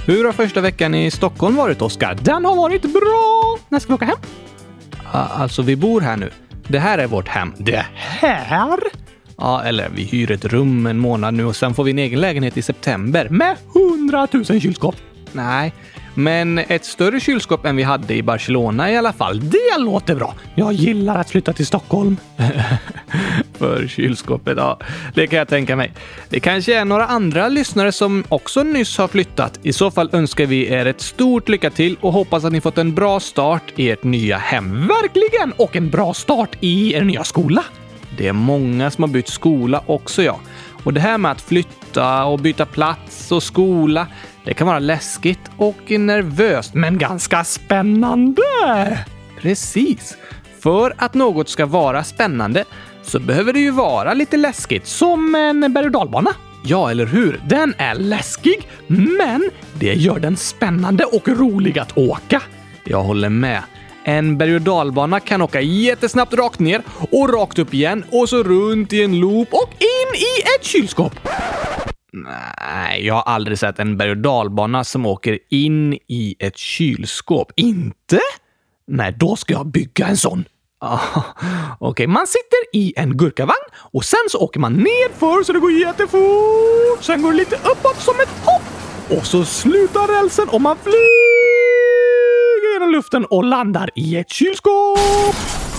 Hur har första veckan i Stockholm varit, Oskar? Den har varit bra! När ska vi åka hem? Alltså, vi bor här nu. Det här är vårt hem. Det här? Ja, eller vi hyr ett rum en månad nu och sen får vi en egen lägenhet i september. Med 100 000 kylskåp. Nej, men ett större kylskåp än vi hade i Barcelona i alla fall. Det låter bra. Jag gillar att flytta till Stockholm. För kylskåpet, ja. Det kan jag tänka mig. Det kanske är några andra lyssnare som också nyss har flyttat. I så fall önskar vi er ett stort lycka till och hoppas att ni fått en bra start i ert nya hem. Verkligen! Och en bra start i er nya skola. Det är många som har bytt skola också, ja. Och det här med att flytta och byta plats och skola, det kan vara läskigt och nervöst, men ganska spännande. Precis. För att något ska vara spännande så behöver det ju vara lite läskigt, som en berg- och dalbana. Ja, eller hur? Den är läskig, men det gör den spännande och rolig att åka. Jag håller med. En berg- och dalbana kan åka jättesnabbt rakt ner och rakt upp igen och så runt i en loop och in i ett kylskåp. Nej, jag har aldrig sett en berg- och dalbana som åker in i ett kylskåp. Inte? Nej, då ska jag bygga en sån. Okej, man sitter i en gurkavagn och sen så åker man nedför så det går jättefort. Sen går det lite uppåt som ett hopp och så slutar rälsen och man flyger genom luften och landar i ett kylskåp.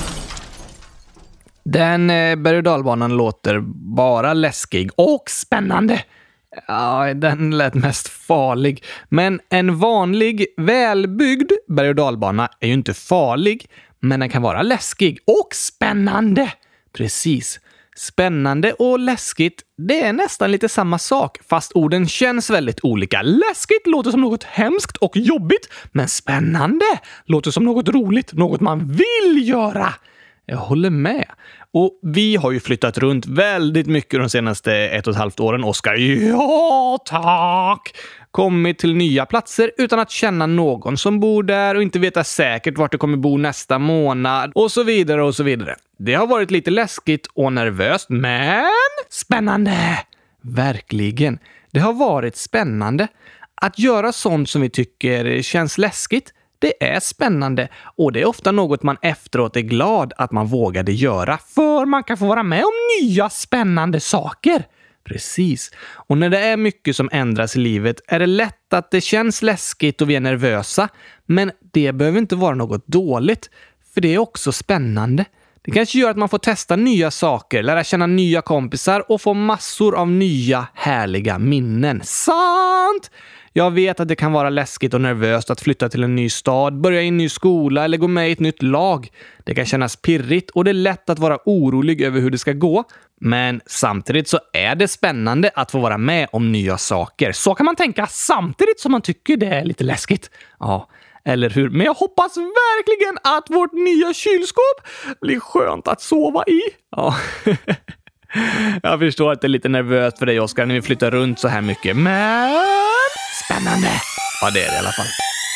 Den berg- och dalbanan låter bara läskig och spännande. Ja, den lät mest farlig. Men en vanlig, välbyggd berg- och dalbana är ju inte farlig, men den kan vara läskig och spännande. Precis. Spännande och läskigt, det är nästan lite samma sak, fast orden känns väldigt olika. Läskigt låter som något hemskt och jobbigt, men spännande låter som något roligt, något man vill göra. Jag håller med. Och vi har ju flyttat runt väldigt mycket de senaste 1,5 åren, Oskar. Ja, tack! Kommit till nya platser utan att känna någon som bor där och inte veta säkert vart det kommer bo nästa månad och så vidare och så vidare. Det har varit lite läskigt och nervöst, men spännande! Verkligen. Det har varit spännande. Att göra sånt som vi tycker känns läskigt, det är spännande och det är ofta något man efteråt är glad att man vågade göra, för man kan få vara med om nya spännande saker. Precis. Och när det är mycket som ändras i livet är det lätt att det känns läskigt och vi är nervösa, men det behöver inte vara något dåligt, för det är också spännande. Det kanske gör att man får testa nya saker, lära känna nya kompisar och få massor av nya härliga minnen. Sant! Jag vet att det kan vara läskigt och nervöst att flytta till en ny stad, börja i en ny skola eller gå med i ett nytt lag. Det kan kännas pirrigt och det är lätt att vara orolig över hur det ska gå. Men samtidigt så är det spännande att få vara med om nya saker. Så kan man tänka samtidigt som man tycker det är lite läskigt. Ja, eller hur? Men jag hoppas verkligen att vårt nya kylskåp blir skönt att sova i. Ja. Jag förstår att det är lite nervöst för dig, Oskar, när vi flyttar runt så här mycket. Men spännande! Ja, det är det i alla fall.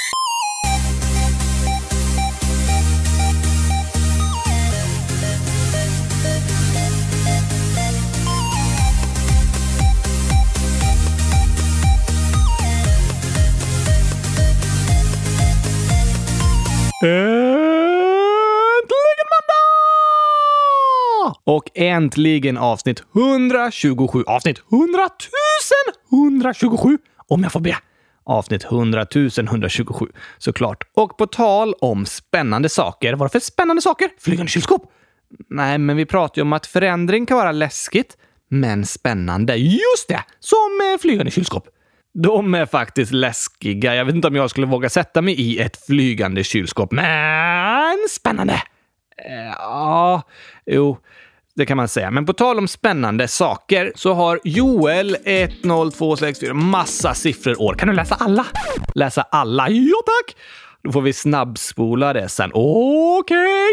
Äntligen måndag! Och äntligen avsnitt 127. Avsnitt 100 127, om jag får be. Avsnitt 100 127, såklart. Och på tal om spännande saker. Vad är det för spännande saker? Flygande kylskåp? Nej, men vi pratar ju om att förändring kan vara läskigt, men spännande. Just det! Som flygande kylskåp. De är faktiskt läskiga. Jag vet inte om jag skulle våga sätta mig i ett flygande kylskåp. Men spännande! Ja, jo, det kan man säga. Men på tal om spännande saker så har Joel 10264 massa siffror år. Kan du läsa alla? Läsa alla? Ja, tack! Då får vi snabbspola det sen. Okej!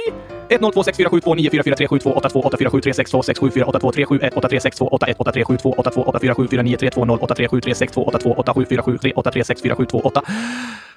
1026472944436282472847626748237818372818372818374728372837473883748.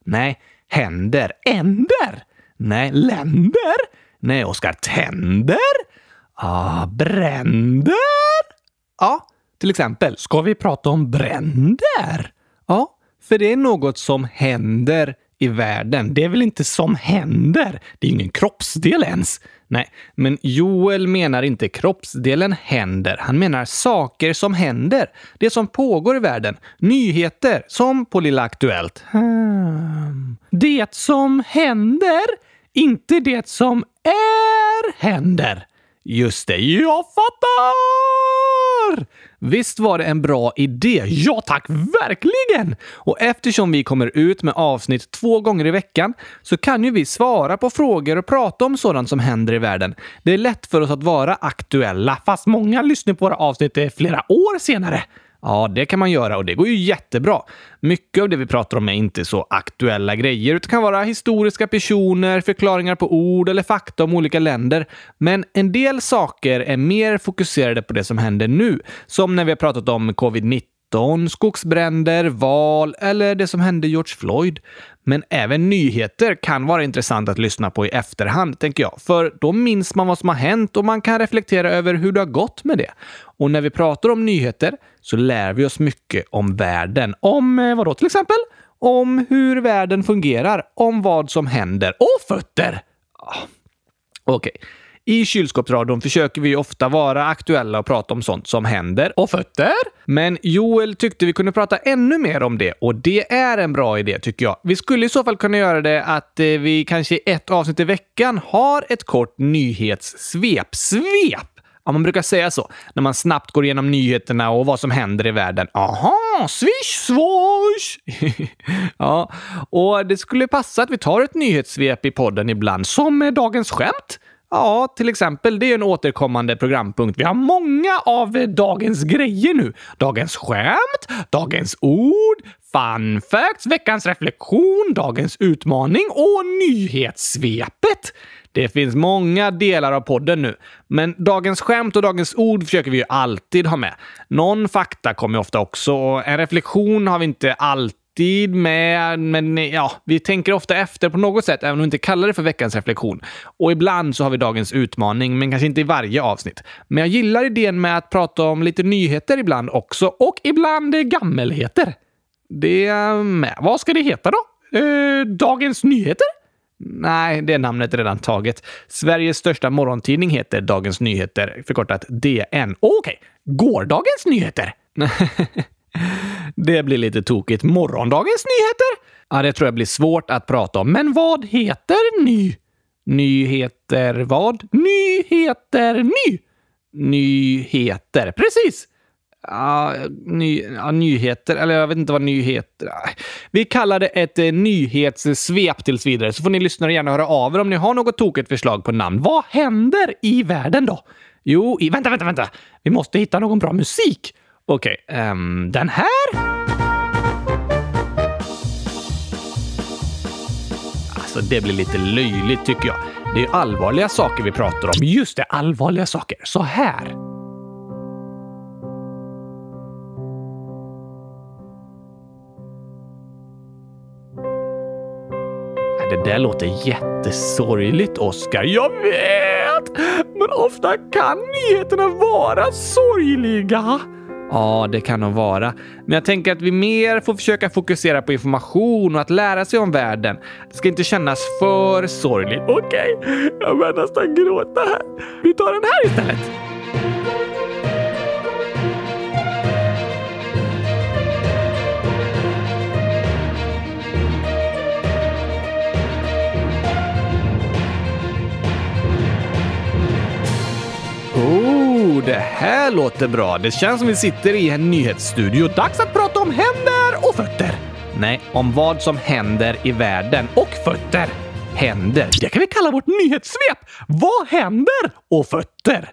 Nej, händer. Änder? Nej, länder? Nej, Oskar, tänder? Bränder? Ja, till exempel. Ska vi prata om bränder? Ja, för det är något som händer i världen. Det är väl inte som händer? Det är ingen kroppsdel ens. Nej, men Joel menar inte kroppsdelen händer. Han menar saker som händer. Det som pågår i världen. Nyheter, som på Lilla Aktuellt. Det som händer, inte det som händer. Just det, jag fattar! Visst var det en bra idé? Ja tack, verkligen! Och eftersom vi kommer ut med avsnitt 2 gånger i veckan så kan ju vi svara på frågor och prata om sådant som händer i världen. Det är lätt för oss att vara aktuella, fast många lyssnar på våra avsnitt flera år senare. Ja, det kan man göra och det går ju jättebra. Mycket av det vi pratar om är inte så aktuella grejer utan kan vara historiska personer, förklaringar på ord eller fakta om olika länder. Men en del saker är mer fokuserade på det som händer nu. Som när vi har pratat om covid-19, skogsbränder, val eller det som hände George Floyd. Men även nyheter kan vara intressant att lyssna på i efterhand, tänker jag. För då minns man vad som har hänt och man kan reflektera över hur det har gått med det. Och när vi pratar om nyheter så lär vi oss mycket om världen. Om vad då till exempel? Om hur världen fungerar. Om vad som händer. Och fötter! Okej. I kylskåpsradion försöker vi ofta vara aktuella och prata om sånt som händer och fötter. Men Joel tyckte vi kunde prata ännu mer om det och det är en bra idé tycker jag. Vi skulle i så fall kunna göra det att vi kanske i ett avsnitt i veckan har ett kort nyhetssvep. Ja, man brukar säga så. När man snabbt går igenom nyheterna och vad som händer i världen. Aha, swish, swosh! Ja, och det skulle passa att vi tar ett nyhetssvep i podden ibland som dagens skämt. Ja, till exempel, det är en återkommande programpunkt. Vi har många av dagens grejer nu. Dagens skämt, dagens ord, fun facts, veckans reflektion, dagens utmaning och nyhetssvepet. Det finns många delar av podden nu. Men dagens skämt och dagens ord försöker vi ju alltid ha med. Någon fakta kommer ofta också och en reflektion har vi inte alltid med, men ja, vi tänker ofta efter på något sätt, även om vi inte kallar det för veckans reflektion. Och ibland så har vi dagens utmaning, men kanske inte i varje avsnitt. Men jag gillar idén med att prata om lite nyheter ibland också, och ibland gammelheter. Det med. Vad ska det heta då? Dagens nyheter? Nej, det är namnet redan taget. Sveriges största morgontidning heter Dagens Nyheter, förkortat DN. Okej, gårdagens nyheter? Det blir lite tokigt. Morgondagens nyheter? Ja, det tror jag blir svårt att prata om. Men vad heter nyheter vad? Nyheter, precis. Nyheter, eller jag vet inte vad nyheter. Vi kallar det ett nyhetssvep tills vidare, så får ni lyssnare gärna höra av er om ni har något tokigt förslag på namn. Vad händer i världen då? Jo, vänta. Vi måste hitta någon bra musik. Okej, den här? Alltså, det blir lite löjligt tycker jag. Det är allvarliga saker vi pratar om. Just det, allvarliga saker. Så här. Det där låter jättesorgligt, Oskar. Jag vet! Men ofta kan nyheterna vara sorgliga. Ja, det kan de vara. Men jag tänker att vi mer får försöka fokusera på information och att lära sig om världen. Det ska inte kännas för sorgligt. Okej, jag börjar nästan gråta här. Vi tar den här istället. Det här låter bra. Det känns som vi sitter i en nyhetsstudio. Dags att prata om händer och fötter. Nej, om vad som händer i världen och fötter. Händer. Det kan vi kalla vårt nyhetssvep. Vad händer och fötter?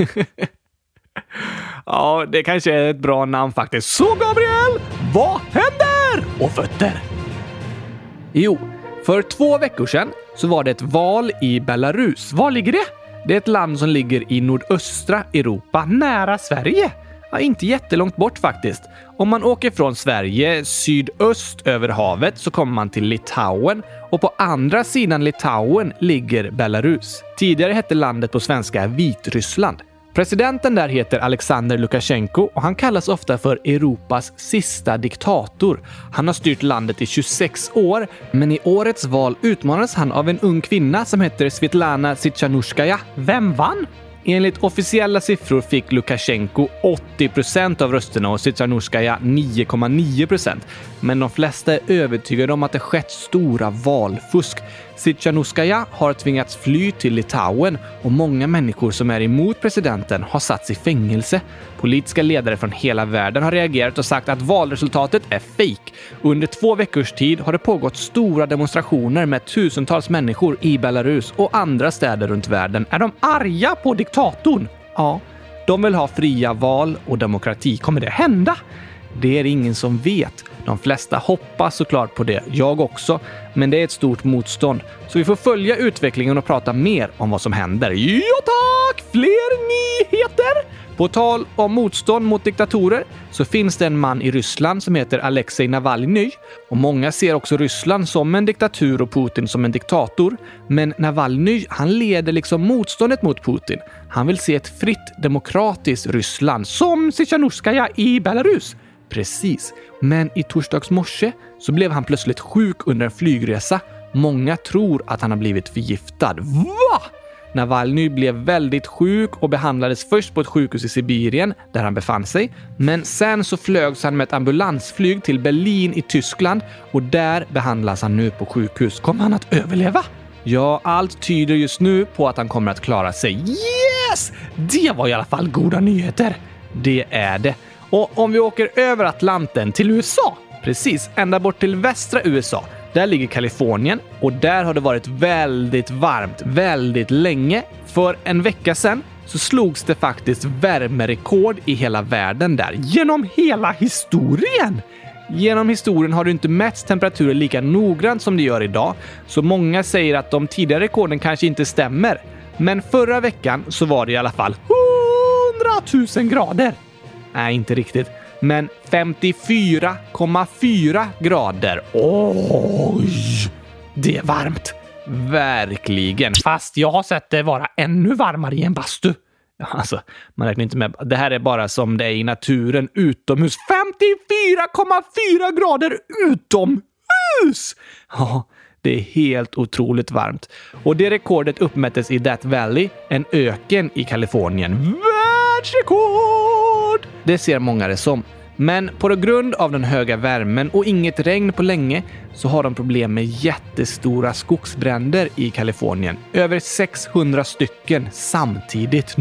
Ja, det kanske är ett bra namn faktiskt. Så Gabriel, vad händer och fötter? Jo, för 2 veckor sedan så var det ett val i Belarus. Var ligger det? Det är ett land som ligger i nordöstra Europa, nära Sverige. Ja, inte jättelångt bort faktiskt. Om man åker från Sverige sydöst över havet så kommer man till Litauen och på andra sidan Litauen ligger Belarus. Tidigare hette landet på svenska Vitryssland. Presidenten där heter Alexander Lukasjenko och han kallas ofta för Europas sista diktator. Han har styrt landet i 26 år, men i årets val utmanades han av en ung kvinna som heter Svetlana Tsikhanouskaya. Vem vann? Enligt officiella siffror fick Lukasjenko 80% av rösterna och Tsikhanouskaya 9,9%. Men de flesta är övertygade om att det skett stora valfusk. Tsikhanouskaya har tvingats fly till Litauen och många människor som är emot presidenten har satts i fängelse. Politiska ledare från hela världen har reagerat och sagt att valresultatet är fake. Under 2 veckors tid har det pågått stora demonstrationer med tusentals människor i Belarus och andra städer runt världen. Är de arga på diktatorn? Ja, de vill ha fria val och demokrati. Kommer det hända? Det är ingen som vet. De flesta hoppas såklart på det, jag också. Men det är ett stort motstånd. Så vi får följa utvecklingen och prata mer om vad som händer. Ja tack! Fler nyheter! På tal om motstånd mot diktatorer så finns det en man i Ryssland som heter Alexej Navalny. Och många ser också Ryssland som en diktatur och Putin som en diktator. Men Navalny, han leder liksom motståndet mot Putin. Han vill se ett fritt, demokratiskt Ryssland som Tsikhanouskaya i Belarus. Precis. Men i torsdags morse så blev han plötsligt sjuk under en flygresa. Många tror att han har blivit förgiftad. Va? Navalny blev väldigt sjuk och behandlades först på ett sjukhus i Sibirien där han befann sig. Men sen så flögs han med ett ambulansflyg till Berlin i Tyskland och där behandlas han nu på sjukhus. Kommer han att överleva? Ja, allt tyder just nu på att han kommer att klara sig. Yes! Det var i alla fall goda nyheter. Det är det. Och om vi åker över Atlanten till USA, precis, ända bort till västra USA, där ligger Kalifornien och där har det varit väldigt varmt, väldigt länge. För en vecka sedan så slogs det faktiskt värmerekord i hela världen där. Genom hela historien! Genom historien har det inte mätts temperaturer lika noggrant som det gör idag, så många säger att de tidigare rekorden kanske inte stämmer. Men förra veckan så var det i alla fall 100 000 grader. Nej, inte riktigt. Men 54,4 grader. Oj! Det är varmt. Verkligen. Fast jag har sett det vara ännu varmare i en bastu. Alltså, man räknar inte med. Det här är bara som det är i naturen utomhus. 54,4 grader utomhus! Ja, det är helt otroligt varmt. Och det rekordet uppmättes i Death Valley, en öken i Kalifornien. Världsrekord! Det ser många det som. Men på grund av den höga värmen och inget regn på länge så har de problem med jättestora skogsbränder i Kalifornien. Över 600 stycken samtidigt.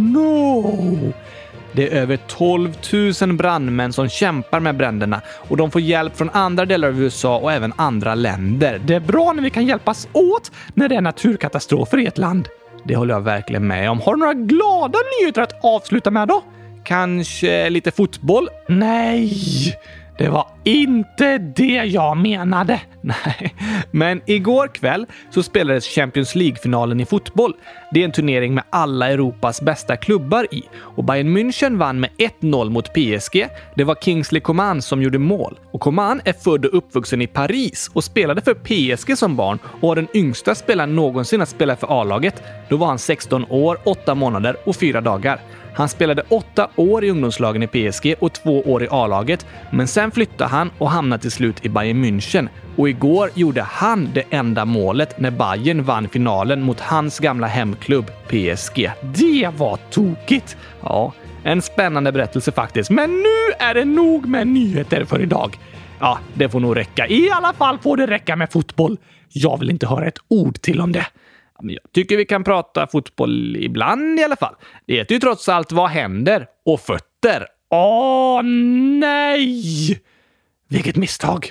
No! Det är över 12 000 brandmän som kämpar med bränderna och de får hjälp från andra delar av USA och även andra länder. Det är bra när vi kan hjälpas åt när det är naturkatastrofer i ett land. Det håller jag verkligen med om. Har du några glada nyheter att avsluta med då? Kanske lite fotboll? Nej, det var inte det jag menade. Nej, men igår kväll så spelades Champions League-finalen i fotboll. Det är en turnering med alla Europas bästa klubbar i. Och Bayern München vann med 1-0 mot PSG. Det var Kingsley Coman som gjorde mål. Och Coman är född och uppvuxen i Paris och spelade för PSG som barn och var den yngsta spelaren någonsin att spela för A-laget. Då var han 16 år, 8 månader och 4 dagar. Han spelade 8 år i ungdomslagen i PSG och 2 år i A-laget. Men sen flyttade han och hamnade till slut i Bayern München. Och igår gjorde han det enda målet när Bayern vann finalen mot hans gamla hemklubb PSG. Det var tokigt! Ja, en spännande berättelse faktiskt. Men nu är det nog med nyheter för idag. Ja, det får nog räcka. I alla fall får det räcka med fotboll. Jag vill inte höra ett ord till om det. Men jag tycker vi kan prata fotboll ibland i alla fall. Det heter ju trots allt vad händer och fötter. Åh, nej! Vilket misstag.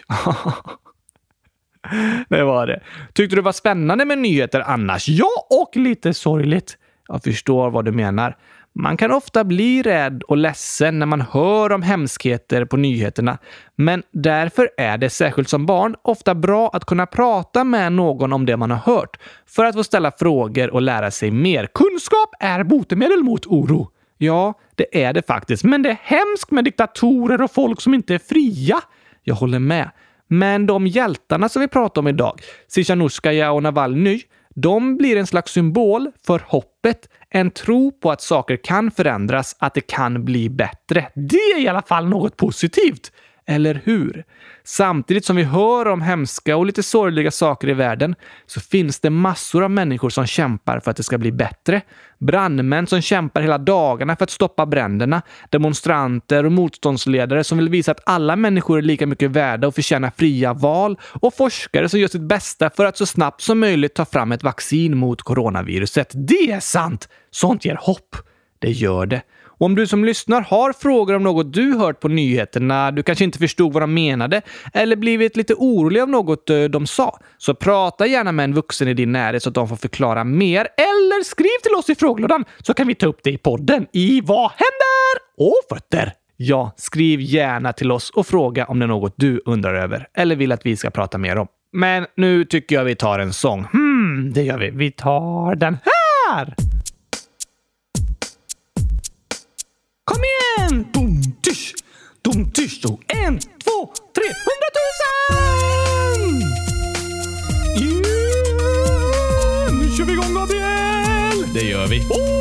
Det var det. Tyckte du var spännande med nyheter annars? Ja, och lite sorgligt. Jag förstår vad du menar. Man kan ofta bli rädd och ledsen när man hör om hemskheter på nyheterna. Men därför är det, särskilt som barn, ofta bra att kunna prata med någon om det man har hört. För att få ställa frågor och lära sig mer. Kunskap är botemedel mot oro. Ja, det är det faktiskt. Men det är hemskt med diktatorer och folk som inte är fria. Jag håller med. Men de hjältarna som vi pratar om idag, Tsikhanouskaya och Navalny, de blir en slags symbol för hoppet. En tro på att saker kan förändras, att det kan bli bättre. Det är i alla fall något positivt. Eller hur? Samtidigt som vi hör om hemska och lite sorgliga saker i världen så finns det massor av människor som kämpar för att det ska bli bättre. Brandmän som kämpar hela dagarna för att stoppa bränderna. Demonstranter och motståndsledare som vill visa att alla människor är lika mycket värda och förtjänar fria val. Och forskare som gör sitt bästa för att så snabbt som möjligt ta fram ett vaccin mot coronaviruset. Det är sant! Sånt ger hopp. Det gör det. Och om du som lyssnar har frågor om något du hört på nyheterna, du kanske inte förstod vad de menade eller blivit lite orolig av något de sa, så prata gärna med en vuxen i din närhet så att de får förklara mer, eller skriv till oss i frågelådan så kan vi ta upp det i podden i Vad händer? Och fötter. Ja, skriv gärna till oss och fråga om det är något du undrar över eller vill att vi ska prata mer om. Men nu tycker jag vi tar en sång. Det gör vi. Vi tar den här! Kom igen! Dum-tysch! Dum-tysch! 1, 2, 3, 100 000! Yeah! Nu kör vi igång, Gabriel! Det gör vi.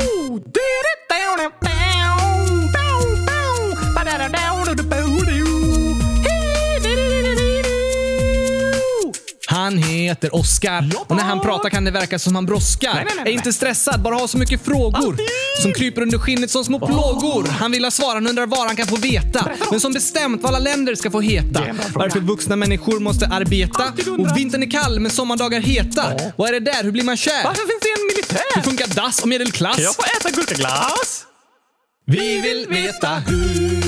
Han heter Oscar och när han pratar kan det verka som han brådskar. Är inte stressad, bara har så mycket frågor som kryper under skinnet som små plågor. Han vill ha svar, han undrar var han kan få veta, men som bestämt vad alla länder ska få heta. Varför vuxna människor måste arbeta och vintern är kall men sommardagar heta. Vad är det där? Hur blir man kär? Varför finns det en militär? Hur funkar dass och medelklass? Kan jag få äta gurkaglass? Vi vill veta hur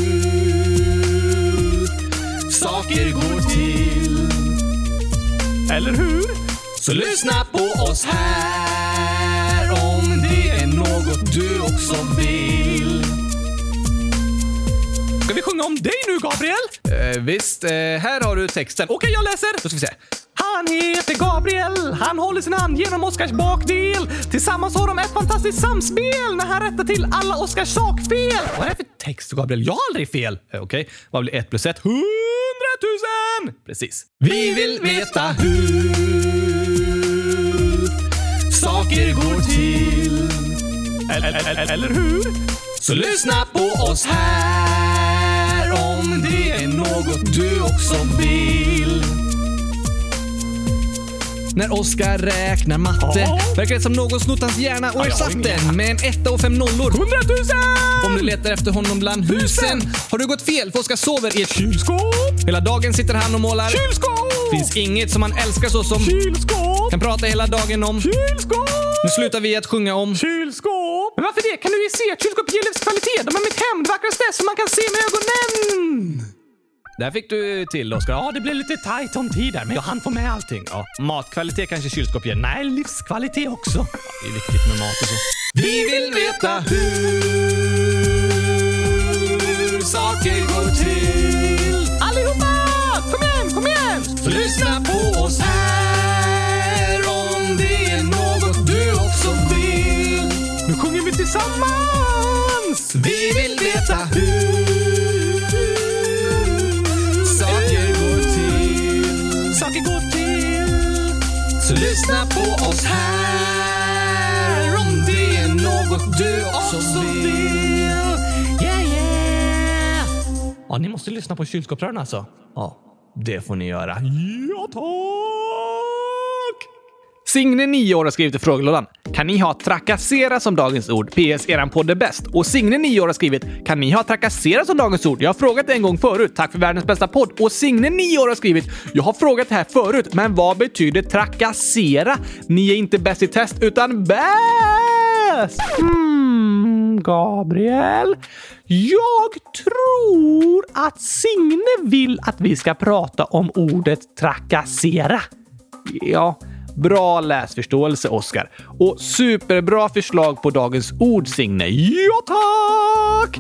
saker går till. Eller hur? Så lyssna på oss här om det är något du också vill. Ska vi sjunga om dig nu, Gabriel? Visst, här har du texten. Okej, jag läser. Då ska vi se. Han heter Gabriel, han håller sin hand genom Oscars bakdel. Tillsammans har de ett fantastiskt samspel när han rättar till alla Oscars sakfel. Vad är det för text, Gabriel? Jag har aldrig fel. Okej, vad blir 1 + 1? 100 000! Precis. Vi vill veta hur saker går till. Eller hur? Så lyssna på oss här om det är något du också vill. När Oscar räknar matte verkar det som någon snott hans hjärna och ersatt den med en 1 och 5 nollor. 100 000! Om du letar efter honom bland husen har du gått fel, för Oscar sover i ett kylskåp. Hela dagen sitter han och målar Kylskåp! Finns inget som han älskar så som Kylskåp! Kan prata hela dagen om Kylskåp! Nu slutar vi att sjunga om Kylskåp! Men varför det? Kan du ju se att kylskåp ger livskvalitet. De är mitt hem, det vackraste som man kan se med ögonen. Där fick du till, Oscar. Ja, det blev lite tajt om tid där, men jag hann få med allting. Ja, matkvalitet kanske kylskåp ger. Nej, livskvalitet också. Ja, det är viktigt med mat och så. Vi vill veta hur saker går till. Allihopa! Kom igen! Så lyssna på oss här om det är något du också vill. Nu sjunger vi tillsammans. Vi vill veta hur saker går till. Så lyssna på oss här om det är något du också vill. Yeah. Ja, ni måste lyssna på kylskåpsrören alltså. Ja, det får ni göra. Ja, tack! Signe, 9 år, har skrivit i frågelådan. Kan ni ha trakassera som dagens ord? PS, eran podd är bäst. Och Signe, 9 år, har skrivit. Kan ni ha trakassera som dagens ord? Jag har frågat det en gång förut. Tack för världens bästa podd. Och Signe, 9 år, har skrivit. Jag har frågat det här förut. Men vad betyder trakassera? Ni är inte bäst i test utan bäst! Gabriel. Jag tror att Signe vill att vi ska prata om ordet trakassera. Ja, bra läsförståelse, Oscar. Och superbra förslag på dagens ord, Signe. Ja, tack!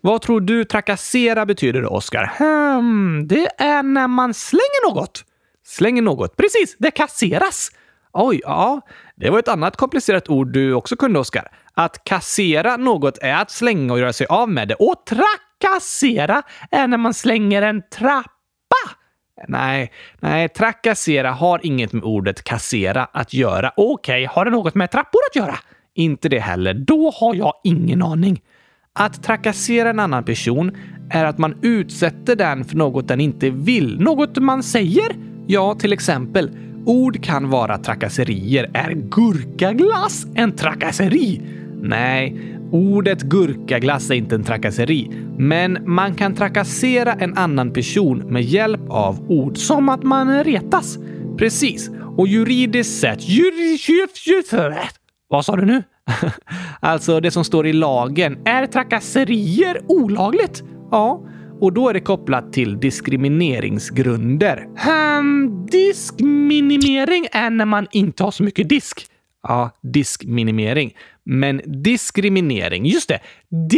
Vad tror du trakassera betyder då, Oskar? Det är när man slänger något. Slänger något. Precis, det kasseras. Oj, ja. Det var ett annat komplicerat ord du också kunde, Oskar. Att kassera något är att slänga och göra sig av med det. Och trakassera är när man slänger en trappa. Nej, trakassera har inget med ordet kassera att göra. Okej, har det något med trappor att göra? Inte det heller. Då har jag ingen aning. Att trakassera en annan person är att man utsätter den för något den inte vill. Något man säger? Ja, till exempel. Ord kan vara trakasserier. Är gurkaglass en trakasseri? Nej, ordet gurkaglass är inte en trakasseri. Men man kan trakassera en annan person med hjälp av ord som att man retas. Precis. Och juridiskt sett... Vad sa du nu? Alltså det som står i lagen. Är trakasserier olagligt? Ja. Och då är det kopplat till diskrimineringsgrunder. Diskminimering är när man inte har så mycket disk. Ja, diskminimering. Men diskriminering, just det.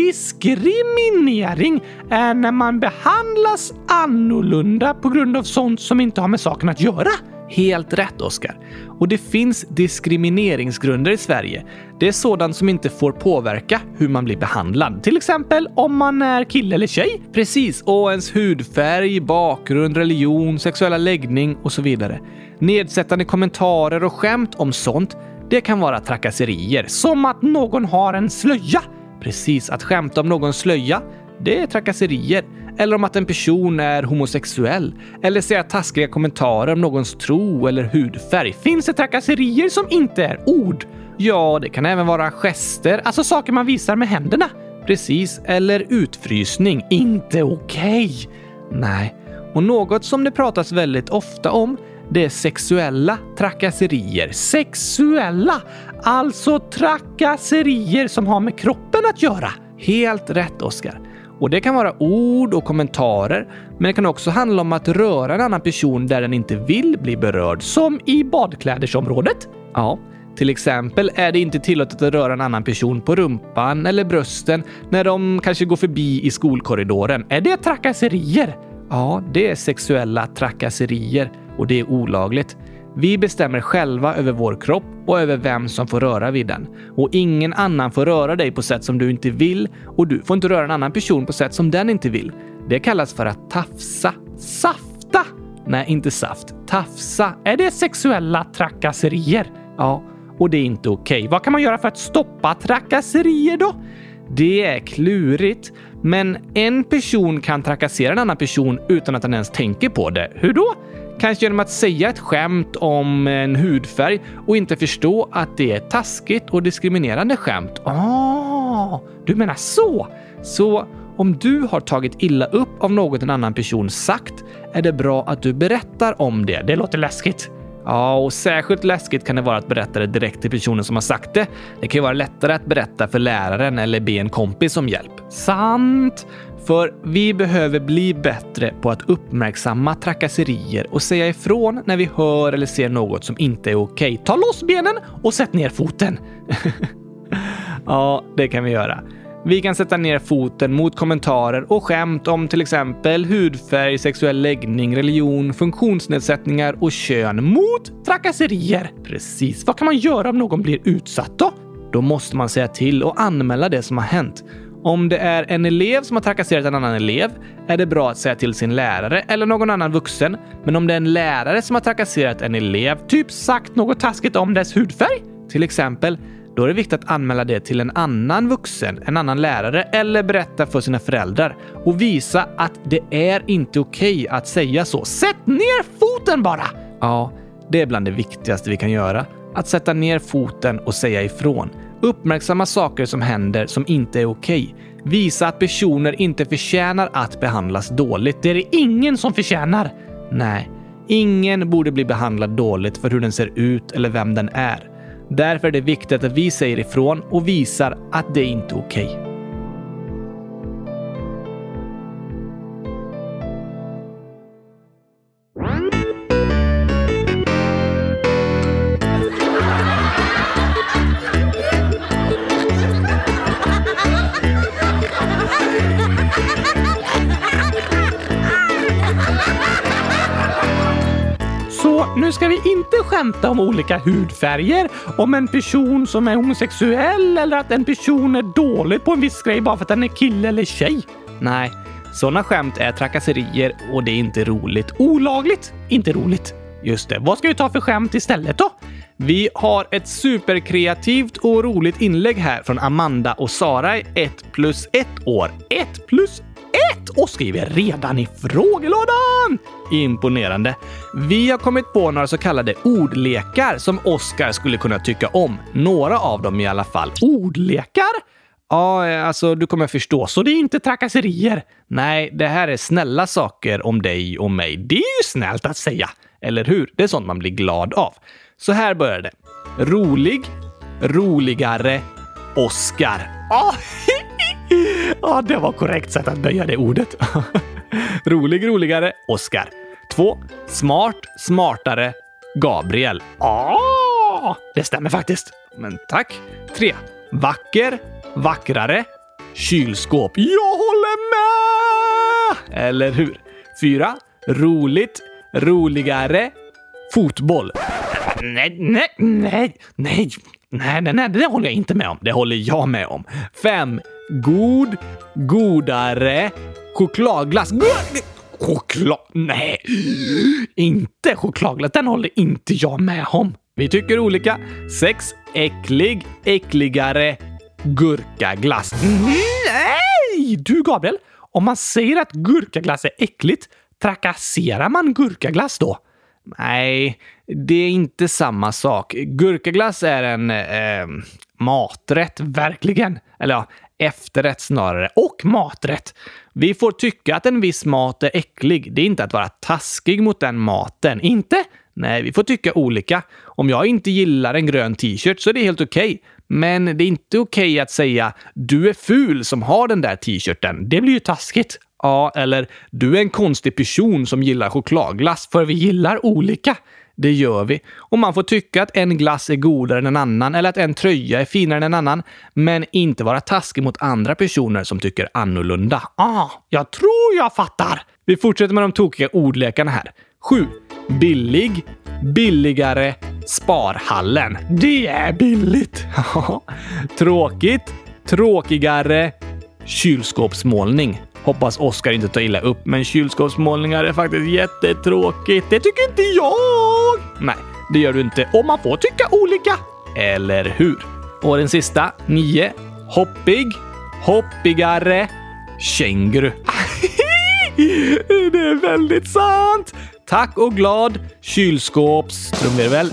Diskriminering är när man behandlas annorlunda på grund av sånt som inte har med saken att göra. Helt rätt, Oskar. Och det finns diskrimineringsgrunder i Sverige. Det är sådant som inte får påverka hur man blir behandlad. Till exempel om man är kille eller tjej. Precis, och ens hudfärg, bakgrund, religion, sexuella läggning och så vidare. Nedsättande kommentarer och skämt om sånt, det kan vara trakasserier. Som att någon har en slöja. Precis, att skämta om någons slöja, det är trakasserier. Eller om att en person är homosexuell. Eller säga taskiga kommentarer om någons tro eller hudfärg. Finns det trakasserier som inte är ord? Ja, det kan även vara gester, alltså saker man visar med händerna. Precis, eller utfrysning. Inte okej. Nej, och något som det pratas väldigt ofta om, det är sexuella trakasserier. Sexuella, alltså trakasserier som har med kroppen att göra. Helt rätt, Oskar. Och det kan vara ord och kommentarer, men det kan också handla om att röra en annan person där den inte vill bli berörd, som i badklädersområdet. Ja, till exempel är det inte tillåtet att röra en annan person på rumpan eller brösten när de kanske går förbi i skolkorridoren. Är det trakasserier? Ja, det är sexuella trakasserier och det är olagligt. Vi bestämmer själva över vår kropp och över vem som får röra vid den. Och ingen annan får röra dig på sätt som du inte vill, och du får inte röra en annan person på sätt som den inte vill. Det kallas för att tafsa. Safta! Nej, inte saft. Tafsa. Är det sexuella trakasserier? Ja, och det är inte okej. Vad kan man göra för att stoppa trakasserier då? Det är klurigt, men en person kan trakassera en annan person utan att den ens tänker på det. Hur då? Kanske genom att säga ett skämt om en hudfärg och inte förstå att det är ett taskigt och diskriminerande skämt. Du menar så? Så om du har tagit illa upp av något en annan person sagt, är det bra att du berättar om det. Det låter läskigt. Ja, och särskilt läskigt kan det vara att berätta det direkt till personen som har sagt det. Det kan ju vara lättare att berätta för läraren eller be en kompis om hjälp. Sant! För vi behöver bli bättre på att uppmärksamma trakasserier och säga ifrån när vi hör eller ser något som inte är okej. Ta loss benen och sätt ner foten. Ja, det kan vi göra. Vi kan sätta ner foten mot kommentarer och skämt om till exempel hudfärg, sexuell läggning, religion, funktionsnedsättningar och kön mot trakasserier. Precis. Vad kan man göra om någon blir utsatt då? Då måste man säga till och anmäla det som har hänt. Om det är en elev som har trakasserat en annan elev är det bra att säga till sin lärare eller någon annan vuxen. Men om det är en lärare som har trakasserat en elev, typ sagt något taskigt om dess hudfärg till exempel, då är det viktigt att anmäla det till en annan vuxen, en annan lärare eller berätta för sina föräldrar och visa att det är inte okej att säga så. Sätt ner foten bara! Ja, det är bland det viktigaste vi kan göra. Att sätta ner foten och säga ifrån. Uppmärksamma saker som händer som inte är okej. Visa att personer inte förtjänar att behandlas dåligt. Det är det ingen som förtjänar. Nej, ingen borde bli behandlad dåligt för hur den ser ut eller vem den är. Därför är det viktigt att vi säger ifrån och visar att det inte är okej. nu ska vi inte skämta om olika hudfärger, om en person som är homosexuell eller att en person är dålig på en viss grej bara för att den är kille eller tjej. Nej, sådana skämt är trakasserier och det är inte roligt. Olagligt, inte roligt. Just det, vad ska vi ta för skämt istället då? Vi har ett superkreativt och roligt inlägg här från Amanda och Sara i 1+1 år. 1+1 och skriver redan i frågelådan! Imponerande. Vi har kommit på några så kallade ordlekar som Oskar skulle kunna tycka om. Några av dem i alla fall. Ordlekar? Ja, alltså du kommer förstå. Så det är inte trakasserier. Nej, det här är snälla saker om dig och mig. Det är ju snällt att säga. Eller hur? Det är sånt man blir glad av. Så här börjar det. Rolig, roligare, Oskar. Ja, det var korrekt sätt att böja det ordet. Rolig, roligare, Oskar. 2. Smart, smartare, Gabriel. Det stämmer faktiskt. Men tack. 3. Vacker, vackrare, kylskåp. Jag håller med! Eller hur? 4. Roligt, roligare, fotboll. Nej, det håller jag inte med om. Det håller jag med om. 5. God, godare, chokladglass. Nej, inte chokladglass. Den håller inte jag med om. Vi tycker olika. 6. Äcklig, äckligare, gurkaglass. Nej! Du Gabriel, om man säger att gurkaglass är äckligt, trakasserar man gurkaglass då? Nej, det är inte samma sak. Gurkaglass är en maträtt, verkligen. Eller ja, efterrätt snarare. Och maträtt. Vi får tycka att en viss mat är äcklig. Det är inte att vara taskig mot den maten. Inte? Nej, vi får tycka olika. Om jag inte gillar en grön t-shirt så är det helt okej. Men det är inte okej att säga du är ful som har den där t-shirten. Det blir ju taskigt. Ja, eller du är en konstig person som gillar chokladglass, för vi gillar olika. Det gör vi. Och man får tycka att en glass är godare än en annan eller att en tröja är finare än en annan, men inte vara taskig mot andra personer som tycker annorlunda. Jag tror jag fattar. Vi fortsätter med de tokiga ordlekarna här. 7. Billig, billigare, Sparhallen. Det är billigt. Tråkigt, tråkigare, kylskåpsmålning. Hoppas Oskar inte tar illa upp, men kylskåpsmålningar är faktiskt jättetråkigt. Det tycker inte jag! Nej, det gör du inte. Och man får tycka olika. Eller hur? Och den sista, 9. Hoppig, hoppigare, känguru. Det är väldigt sant! Tack och glad, kylskåpstrumvirvel.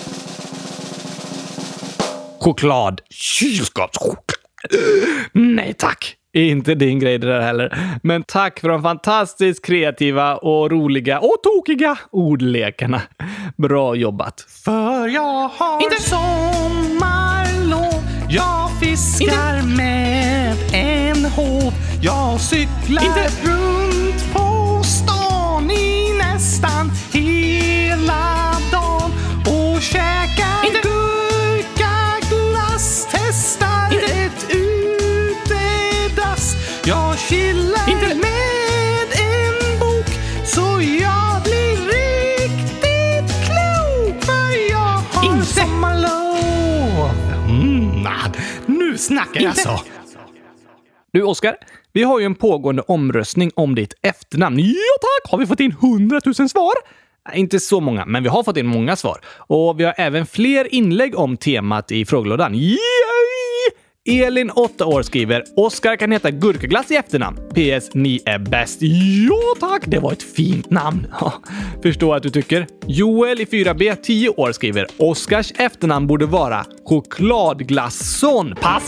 Choklad, kylskåpschoklad. Nej tack! Inte din grej det där heller. Men tack för de fantastiskt kreativa och roliga och tokiga ordlekarna. Bra jobbat. För jag har inte sommarlov. Jag fiskar med en håv. Jag cyklar inte runt på stan i nästan hela dagen. Och käkar inte gurkaglass. Testar inte ett utedass. Jag chillar inte med en bok. Så jag blir riktigt klok. För jag har inte sommarlov. Nu snackar jag så. Du Oskar, vi har ju en pågående omröstning om ditt efternamn. Ja tack! Har vi fått in 100 000 svar? Nej, inte så många, men vi har fått in många svar. Och vi har även fler inlägg om temat i frågelådan. Yay! Elin, 8 år, skriver Oskar kan heta gurkaglass i efternamn. PS, ni är bäst. Ja tack, det var ett fint namn. Förstår att du tycker. Joel i 4B, 10 år, skriver Oskars efternamn borde vara chokladglasson. Pass.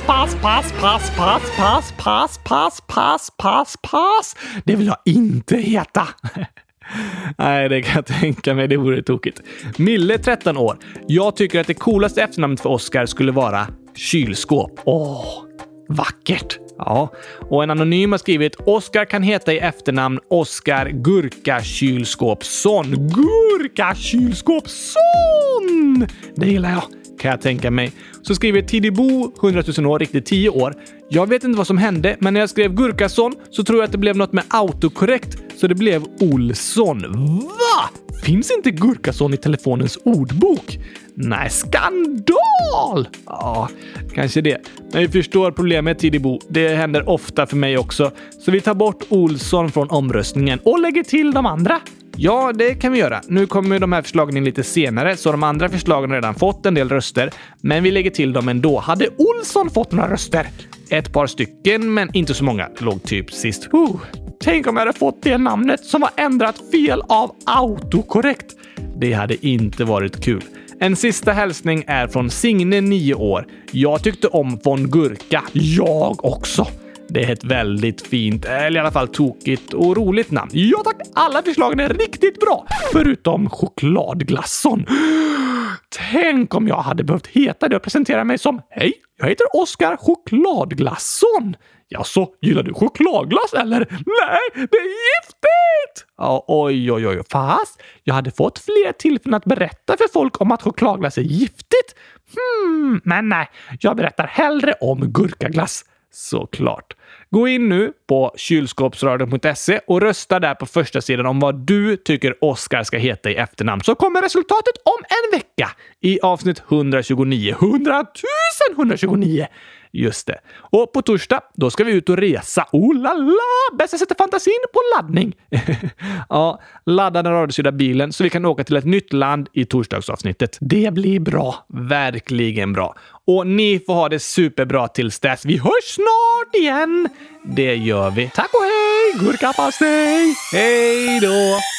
Det vill jag inte heta. Nej, det kan jag tänka mig. Det vore tokigt. Mille, 13 år. Jag tycker att det coolaste efternamnet för Oskar skulle vara kylskåp. Vackert. Ja, och en anonym har skrivit Oskar kan heta i efternamn Oskar Gurkakylskåpsson. Gurkakylskåpsson! Det gillar jag. kan jag tänka mig. Så skriver Tidibo, 100 000 år, riktigt 10 år. Jag vet inte vad som hände, men när jag skrev Gurkason så tror jag att det blev något med autokorrekt, så det blev Olsson. Va? Finns inte Gurkason i telefonens ordbok? Nej, skandal! Ja, kanske det. Men vi förstår problemet, Tidibo. Det händer ofta för mig också. Så vi tar bort Olsson från omröstningen och lägger till de andra. Ja, det kan vi göra. Nu kommer de här förslagen in lite senare, så de andra förslagen har redan fått en del röster. Men vi lägger till dem ändå. Hade Olsson fått några röster? Ett par stycken, men inte så många. Låg typ sist. Tänk om jag hade fått det namnet som var ändrat fel av autokorrekt. Det hade inte varit kul. En sista hälsning är från Signe, 9 år. Jag tyckte om von Gurka. Jag också. Det är ett väldigt fint, eller i alla fall tokigt och roligt namn. Ja tack, alla förslagen är riktigt bra. Förutom chokladglasson. Tänk om jag hade behövt heta det och presentera mig som: hej, jag heter Oskar Chokladglasson. Ja, så gillar du chokladglass eller? Nej, det är giftigt! Ja, oj. Fast jag hade fått fler tillfällen att berätta för folk om att chokladglass är giftigt. Men nej, jag berättar hellre om gurkaglass. Såklart. Gå in nu på kylskåpsradion.se och rösta där på första sidan om vad du tycker Oskar ska heta i efternamn, så kommer resultatet om en vecka i avsnitt 129. 100 129! Just det. Och på torsdag, då ska vi ut och resa. Oh la la! Bäst jag sätter fantasin på laddning. Ja, ladda den radiostyrda bilen så vi kan åka till ett nytt land i torsdagsavsnittet. Det blir bra. Verkligen bra. Och ni får ha det superbra tills dess. Vi hörs snart igen. Det gör vi. Tack och hej! Gurkapastej! Hej då!